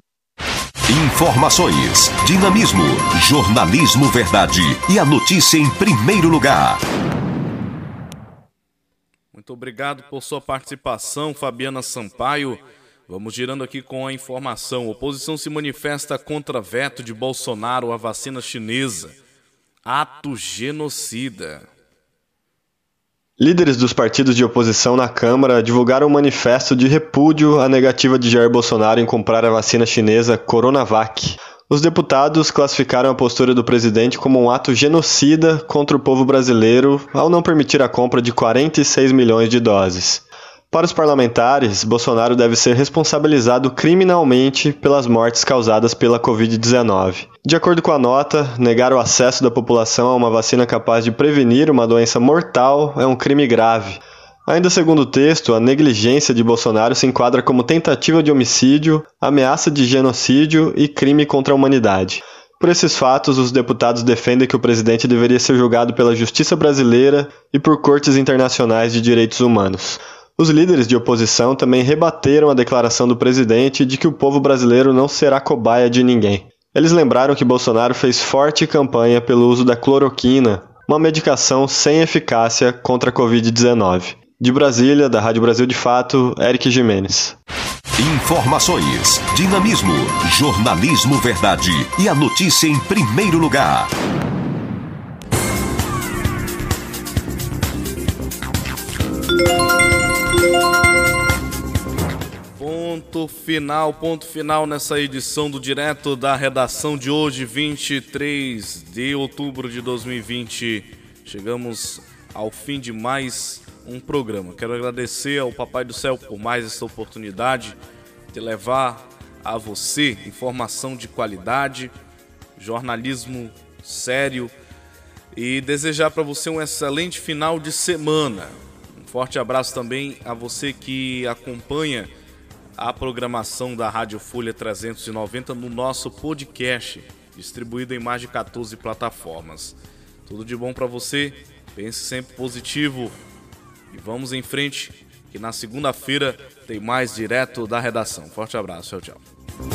Informações, dinamismo, jornalismo verdade e a notícia em primeiro lugar.
Muito obrigado por sua participação, Fabiana Sampaio. Vamos girando aqui com a informação. A oposição se manifesta contra veto de Bolsonaro à vacina chinesa. Ato genocida.
Líderes dos partidos de oposição na Câmara divulgaram um manifesto de repúdio à negativa de Jair Bolsonaro em comprar a vacina chinesa Coronavac. Os deputados classificaram a postura do presidente como um ato genocida contra o povo brasileiro ao não permitir a compra de quarenta e seis milhões de doses. Para os parlamentares, Bolsonaro deve ser responsabilizado criminalmente pelas mortes causadas pela covid dezenove. De acordo com a nota, negar o acesso da população a uma vacina capaz de prevenir uma doença mortal é um crime grave. Ainda segundo o texto, a negligência de Bolsonaro se enquadra como tentativa de homicídio, ameaça de genocídio e crime contra a humanidade. Por esses fatos, os deputados defendem que o presidente deveria ser julgado pela justiça brasileira e por cortes internacionais de direitos humanos. Os líderes de oposição também rebateram a declaração do presidente de que o povo brasileiro não será cobaia de ninguém. Eles lembraram que Bolsonaro fez forte campanha pelo uso da cloroquina, uma medicação sem eficácia contra a covid dezenove. De Brasília, da Rádio Brasil de Fato, Eric Jimenez.
Informações, dinamismo, jornalismo verdade e a notícia em primeiro lugar.
Ponto final, ponto final nessa edição do Direto da Redação de hoje, vinte e três de outubro de dois mil e vinte. Chegamos ao fim de mais um programa. Quero agradecer ao Papai do Céu por mais essa oportunidade de levar a você informação de qualidade, jornalismo sério e desejar para você um excelente final de semana. Um forte abraço também a você que acompanha a programação da Rádio Folha trezentos e noventa no nosso podcast, distribuído em mais de quatorze plataformas. Tudo de bom para você, pense sempre positivo. E vamos em frente, que na segunda-feira tem mais Direto da Redação. Forte abraço, tchau, tchau.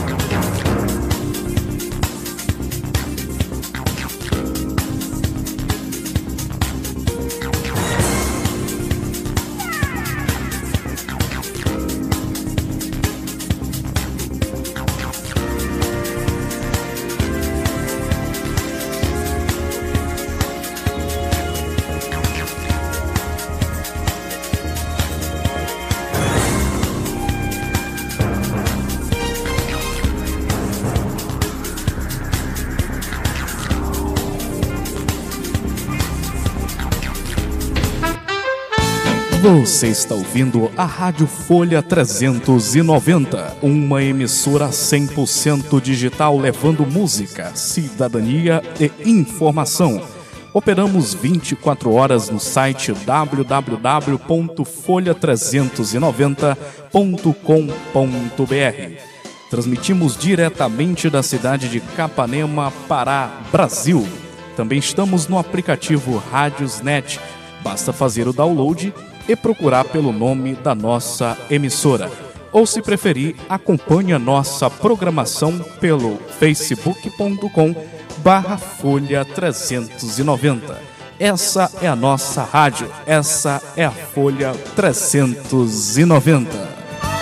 Você está ouvindo a Rádio Folha trezentos e noventa, uma emissora cem por cento digital levando música, cidadania e informação. Operamos vinte e quatro horas no site w w w ponto folha trezentos e noventa ponto com ponto b r. Transmitimos diretamente da cidade de Capanema, Pará, Brasil. Também estamos no aplicativo Rádiosnet. Basta fazer o download e procurar pelo nome da nossa emissora. Ou, se preferir, acompanhe a nossa programação pelo facebook ponto com barra folha trezentos e noventa. Essa é a nossa rádio, essa é a Folha trezentos e noventa.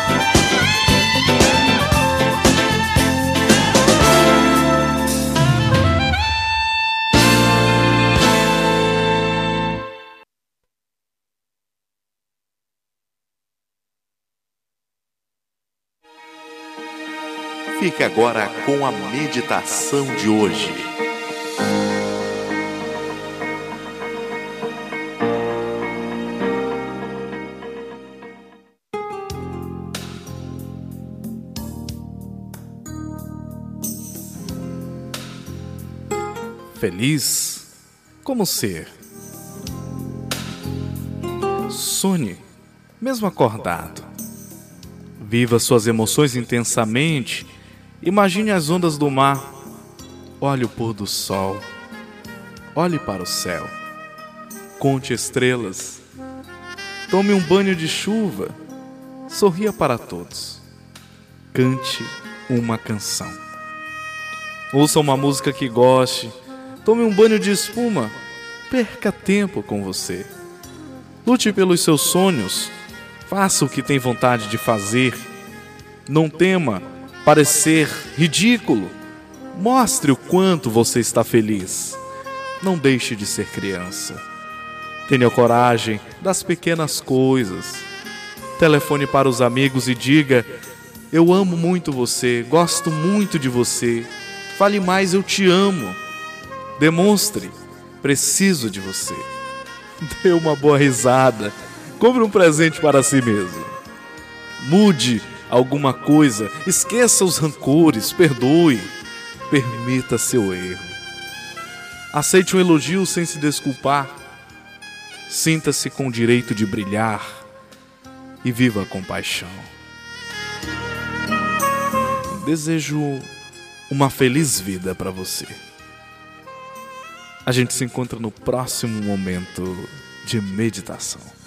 Fique agora com a meditação de hoje.
Feliz? Como ser? Sonhe, mesmo acordado. Viva suas emoções intensamente. Imagine as ondas do mar. Olhe o pôr do sol. Olhe para o céu. Conte estrelas. Tome um banho de chuva. Sorria para todos. Cante uma canção. Ouça uma música que goste. Tome um banho de espuma. Perca tempo com você. Lute pelos seus sonhos. Faça o que tem vontade de fazer. Não tema parecer ridículo. Mostre o quanto você está feliz. Não deixe de ser criança. Tenha coragem das pequenas coisas. Telefone para os amigos e diga: eu amo muito você, gosto muito de você. Fale mais, eu te amo. Demonstre, preciso de você. Dê uma boa risada. Compre um presente para si mesmo. Mude alguma coisa. Esqueça os rancores. Perdoe. Permita seu erro. Aceite um elogio sem se desculpar. Sinta-se com o direito de brilhar. E viva com paixão. Desejo uma feliz vida para você. A gente se encontra no próximo momento de meditação.